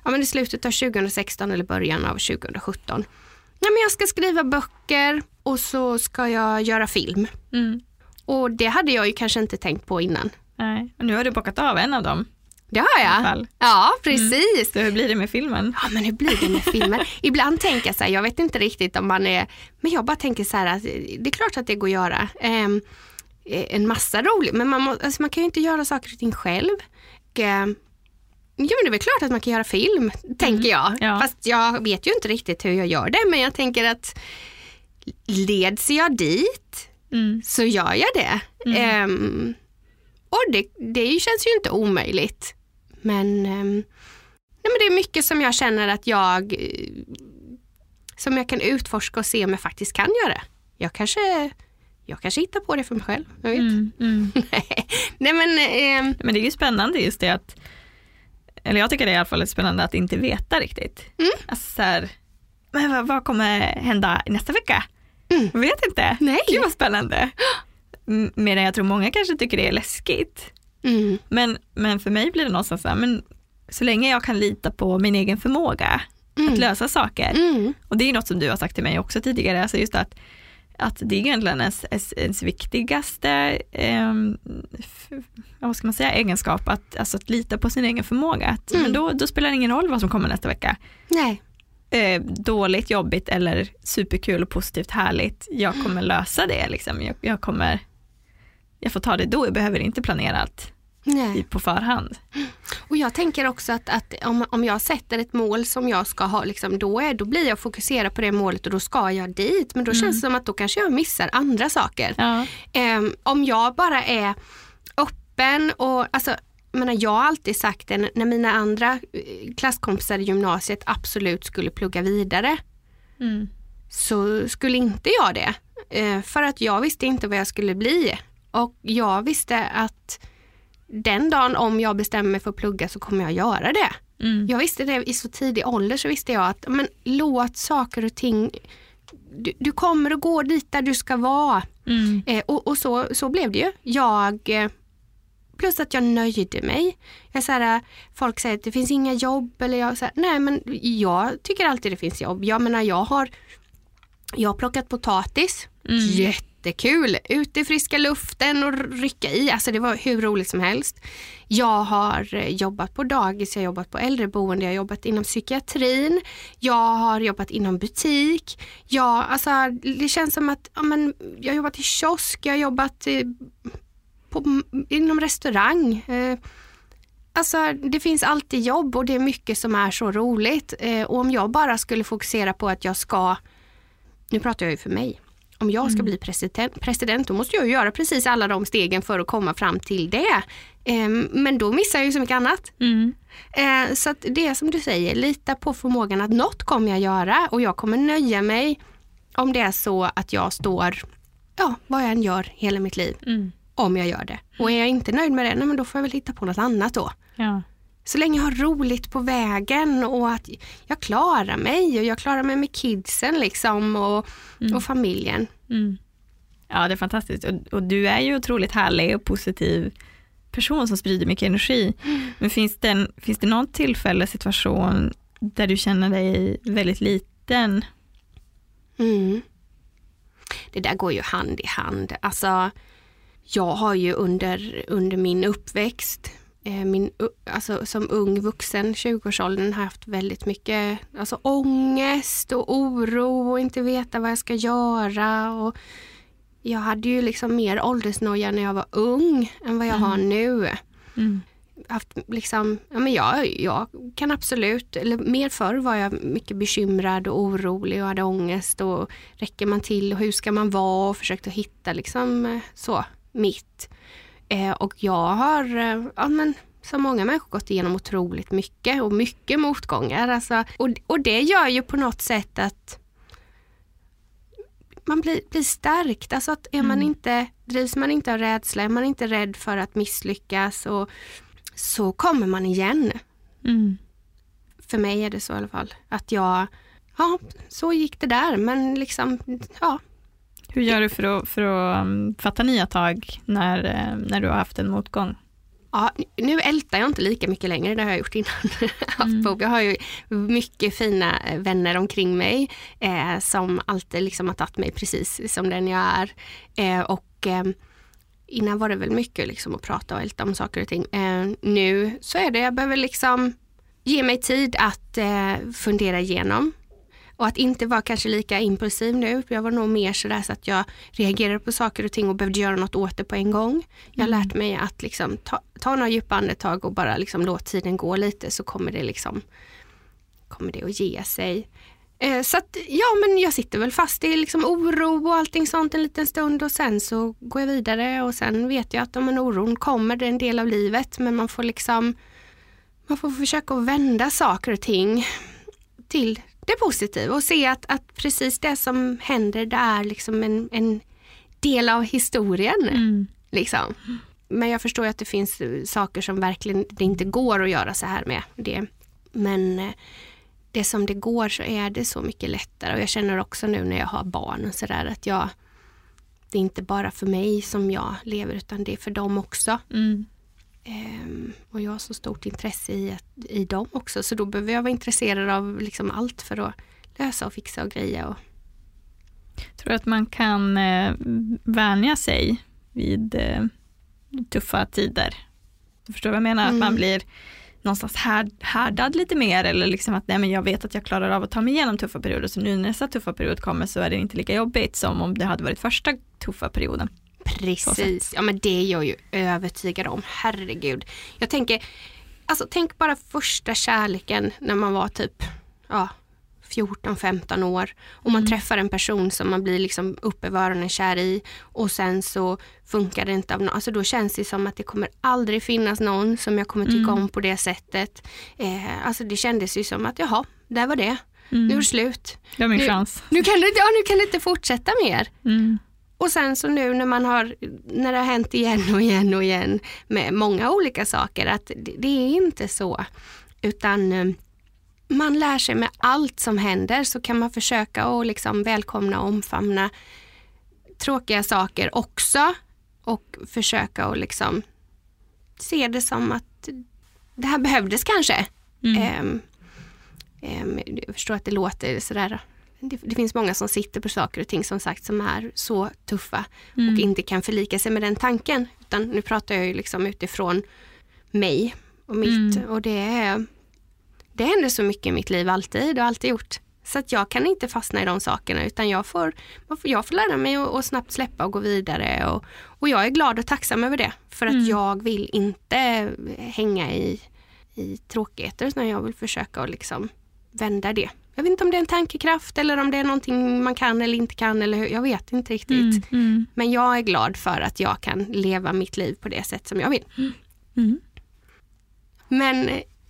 men i slutet av 2016 eller början av 2017. Ja, men jag ska skriva böcker och så ska jag göra film. Och det hade jag ju kanske inte tänkt på innan. Nej, och nu har du bockat av en av dem. Det har jag. Ja, precis. Så hur blir det med filmen? Ja, men hur blir det med filmen? Ibland tänker jag så här, jag vet inte riktigt om man är... Men jag bara tänker så här, att det är klart att det går att göra en massa roligt. Men man kan ju inte göra saker och ting själv. Ja, men det är väl klart att man kan göra film, tänker jag. Ja. Fast jag vet ju inte riktigt hur jag gör det. Men jag tänker att leds jag dit så gör jag det. Och det känns ju inte omöjligt. Men det är mycket som jag känner att som jag kan utforska och se om jag faktiskt kan göra. Jag kanske hittar på det för mig själv. Jag vet. Nej, men det är ju spännande just det att, eller jag tycker det är i alla fall spännande att inte veta riktigt. Alltså så här, men vad kommer hända nästa vecka? Jag vet inte. Nej. Det var spännande. Medan jag tror många kanske tycker det är läskigt. Men för mig blir det någonstans så här, men så länge jag kan lita på min egen förmåga att lösa saker. Och det är något som du har sagt till mig också tidigare. Alltså just att det är egentligen ens viktigaste vad ska man säga, egenskap att lita på sin egen förmåga. Men då spelar det ingen roll vad som kommer nästa vecka. Nej. Dåligt, jobbigt eller superkul och positivt härligt. Jag kommer lösa det liksom. Jag får ta det då. Jag behöver inte planera allt på förhand. Och jag tänker också att om jag sätter ett mål som jag ska ha liksom, då blir jag fokuserad på det målet och då ska jag dit. Men då känns det som att då kanske jag missar andra saker. Ja. Om jag bara är öppen och alltså, jag har alltid sagt det när mina andra klasskompisar i gymnasiet absolut skulle plugga vidare. Så skulle inte jag det. För att jag visste inte vad jag skulle bli. Och jag visste att den dagen om jag bestämmer mig för att plugga så kommer jag göra det. Jag visste det i så tidig ålder, så visste jag att låt saker och ting, du kommer att gå dit där du ska vara. Och så blev det ju. Plus att jag nöjde mig. Folk säger att det finns inga jobb. Eller jag säger, nej, men jag tycker alltid det finns jobb. Jag menar, jag har plockat potatis. Jättekul. Ute i friska luften och rycka i. Alltså det var hur roligt som helst. Jag har jobbat på dagis, jag har jobbat på äldreboende, jag har jobbat inom psykiatrin. Jag har jobbat inom butik. Det känns som att jag har jobbat i kiosk, jag har jobbat inom restaurang. Alltså det finns alltid jobb och det är mycket som är så roligt. Och om jag bara skulle fokusera på att jag ska, nu pratar jag ju för mig, om jag ska bli president då måste jag ju göra precis alla de stegen för att komma fram till det. Men då missar jag ju så mycket annat. Så att det är som du säger, lita på förmågan att något kommer jag göra och jag kommer nöja mig om det är så att jag står, vad jag än gör hela mitt liv. Om jag gör det. Och är jag inte nöjd med det, men då får jag väl hitta på något annat då. Ja. Så länge jag har roligt på vägen och att jag klarar mig. Och jag klarar mig med kidsen liksom och familjen. Ja, det är fantastiskt. Och du är ju otroligt härlig och positiv person som sprider mycket energi. Men finns det någon tillfälle, situation där du känner dig väldigt liten? Det där går ju hand i hand. Alltså, jag har ju under min uppväxt, som ung vuxen, 20-årsåldern, haft väldigt mycket ångest och oro och inte veta vad jag ska göra. Och jag hade ju liksom mer åldersnoja när jag var ung än vad jag har nu. Haft liksom, jag kan absolut, eller mer förr var jag mycket bekymrad och orolig och hade ångest och räcker man till och hur ska man vara och försökte hitta liksom mitt. Och jag har som många människor gått igenom otroligt mycket och mycket motgångar. Alltså, och det gör ju på något sätt att man blir stärkt. Alltså att drivs man inte av rädsla, är man inte rädd för att misslyckas och så kommer man igen. För mig är det så i alla fall. Att så gick det där. Men liksom, Hur gör du för att fatta nya tag när du har haft en motgång? Ja, nu ältar jag inte lika mycket längre, det har jag gjort innan. Jag har ju mycket fina vänner omkring mig som alltid liksom har tagit mig precis som den jag är. Innan var det väl mycket liksom att prata och älta om saker och ting. Nu så är det, jag behöver liksom ge mig tid att fundera igenom. Och att inte vara kanske lika impulsiv nu. Jag var nog mer sådär så att jag reagerade på saker och ting och behövde göra något åt det på en gång. Jag har lärt mig att liksom ta några djupa andetag och bara liksom låta tiden gå lite, så kommer det att ge sig. Så att, ja, men jag sitter väl fast i liksom oro och allting sånt en liten stund, och sen så går jag vidare, och sen vet jag att om en oron kommer, det är en del av livet, men man får försöka att vända saker och ting till det positiva och se att precis det som händer, det är liksom en del av historien. Liksom. Men jag förstår att det finns saker som verkligen det inte går att göra så här med det. Men det som det går, så är det så mycket lättare. Och jag känner också nu när jag har barn och sådär att det är inte bara för mig som jag lever, utan det är för dem också. Och jag har så stort intresse i dem också, så då behöver jag vara intresserad av liksom allt för att lösa och fixa och greja. Och... Tror du att man kan vänja sig vid tuffa tider? Du förstår vad jag menar? Att man blir någonstans härdad lite mer, eller liksom att nej, men jag vet att jag klarar av att ta mig igenom tuffa perioder, så nu när nästa tuffa period kommer så är det inte lika jobbigt som om det hade varit första tuffa perioden. Precis, ja, men det är jag ju övertygad om, herregud. Jag tänker, alltså tänk bara första kärleken när man var typ 14-15 år och man träffar en person som man blir liksom uppe över öronen kär i, och sen så funkar det inte av någon. Alltså då känns det som att det kommer aldrig finnas någon som jag kommer tycka om på det sättet. Alltså det kändes ju som att där var det. Nu är det slut. Det är min chans. Nu kan det inte fortsätta mer. Och sen så nu när det har hänt igen och igen med många olika saker, att det är inte så, utan man lär sig med allt som händer, så kan man försöka att liksom välkomna och omfamna tråkiga saker också, och försöka att liksom se det som att det här behövdes kanske. Jag förstår att det låter sådär. Det finns många som sitter på saker och ting som sagt som är så tuffa och inte kan förlika sig med den tanken. Utan nu pratar jag ju liksom utifrån mig och mitt. Och det händer så mycket i mitt liv alltid och alltid gjort. Så att jag kan inte fastna i de sakerna, utan jag får lära mig att snabbt släppa och gå vidare. Och jag är glad och tacksam över det. För att jag vill inte hänga i tråkigheter, utan jag vill försöka att liksom vända det. Jag vet inte om det är en tankekraft eller om det är någonting man kan eller inte kan, eller jag vet inte riktigt. Men jag är glad för att jag kan leva mitt liv på det sätt som jag vill. Men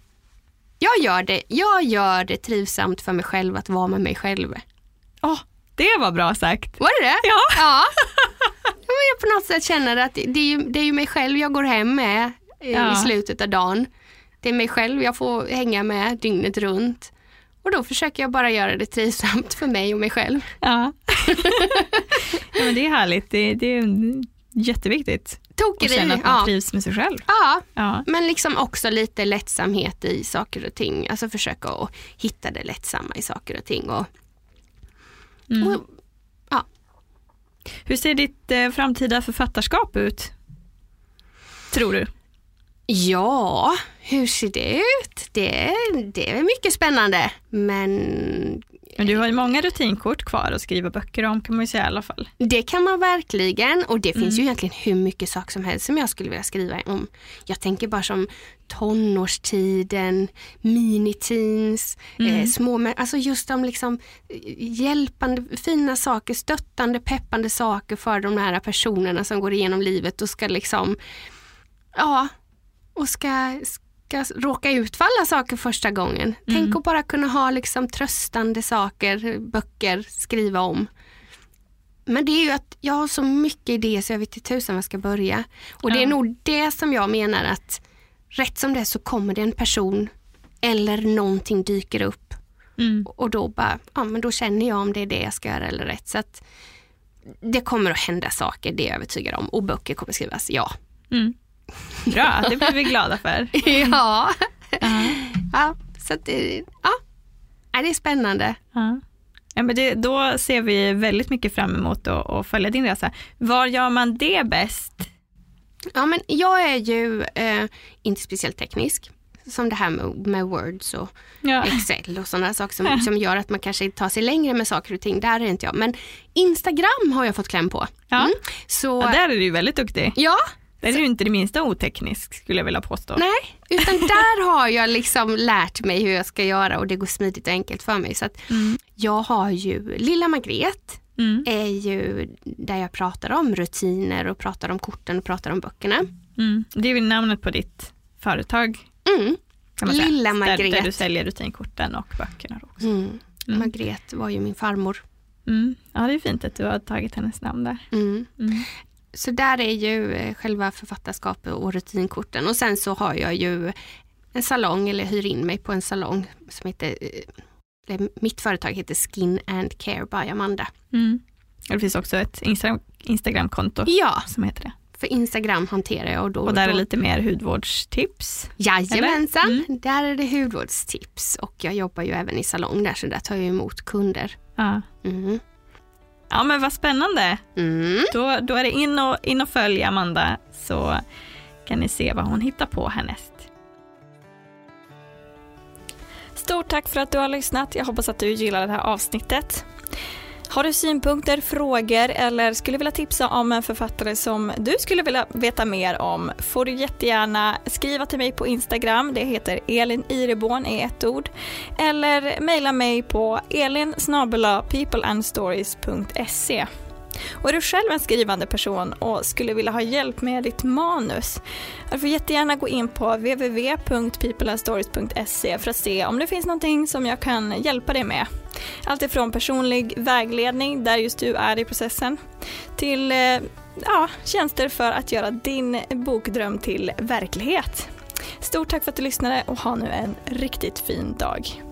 jag gör det trivsamt för mig själv att vara med mig själv. Det var bra sagt. Var det? Ja. Jag på något sätt känner att det är ju mig själv jag går hem med i slutet av dagen. Det är mig själv jag får hänga med dygnet runt. Och då försöker jag bara göra det trivsamt för mig och mig själv. Ja, men det är härligt. Det är jätteviktigt. Att känna att man trivs med sig själv. Ja, men liksom också lite lättsamhet i saker och ting. Alltså försöka att hitta det lättsamma i saker och ting. Och Hur ser ditt framtida författarskap ut, tror du? Ja, hur ser det ut? Det är mycket spännande. Men du har ju många rutinkort kvar att skriva böcker om, kan man ju säga i alla fall. Det kan man verkligen, och det finns ju egentligen hur mycket saker som helst som jag skulle vilja skriva om. Jag tänker bara som tonårstiden, miniteens, alltså just de liksom hjälpande, fina saker, stöttande, peppande saker för de här personerna som går igenom livet och ska liksom, och ska råka ut för alla saker första gången. Tänk att bara kunna ha liksom tröstande saker, böcker, skriva om. Men det är ju att jag har så mycket idéer så jag vet inte tusan vad jag ska börja. Och det är nog det som jag menar, att rätt som det så kommer det en person eller någonting dyker upp. Och då bara, men då känner jag om det är det jag ska göra eller rätt. Så att det kommer att hända saker, det är jag övertygad om. Och böcker kommer skrivas, Bra, det blir vi glada för. Ja. Ja, så att det är spännande. Ja, men då ser vi väldigt mycket fram emot att följa din resa. Var gör man det bäst? Ja, men jag är ju inte speciellt teknisk. Som det här med Words och Excel och sådana saker som gör att man kanske tar sig längre med saker och ting. Där är inte jag. Men Instagram har jag fått kläm på. Så, där är du väldigt duktig. Ja. Där är du inte det minsta oteknisk, skulle jag vilja påstå. Nej, utan där har jag liksom lärt mig hur jag ska göra och det går smidigt och enkelt för mig. Så att jag har ju Lilla Margret är ju där jag pratar om rutiner och pratar om korten och pratar om böckerna. Det är väl namnet på ditt företag. Kan man säga. Lilla Margret. Där du säljer rutinkorten och böckerna också. Margret var ju min farmor. Ja, det är fint att du har tagit hennes namn där. Så där är ju själva författarskapet och rutinkorten. Och sen så har jag ju en salong, eller hyr in mig på en salong som heter, mitt företag heter Skin and Care by Amanda. Det finns också ett Instagramkonto som heter det. För Instagram hanterar jag. Och där är lite mer hudvårdstips. Jajamensan, där är det hudvårdstips. Och jag jobbar ju även i salong där, så där tar jag emot kunder. Ja, men vad spännande. Då är det in och följ Amanda, så kan ni se vad hon hittar på härnäst. Stort tack för att du har lyssnat. Jag hoppas att du gillar det här avsnittet. Har du synpunkter, frågor eller skulle vilja tipsa om en författare som du skulle vilja veta mer om, får du jättegärna skriva till mig på Instagram. Det heter Elin Ireborn i ett ord. Eller mejla mig på elin@peopleandstories.se. Och är du själv en skrivande person och skulle vilja ha hjälp med ditt manus, du får jättegärna gå in på www.peopleandstories.se för att se om det finns någonting som jag kan hjälpa dig med. Allt ifrån personlig vägledning där just du är i processen till tjänster för att göra din bokdröm till verklighet. Stort tack för att du lyssnade och ha nu en riktigt fin dag.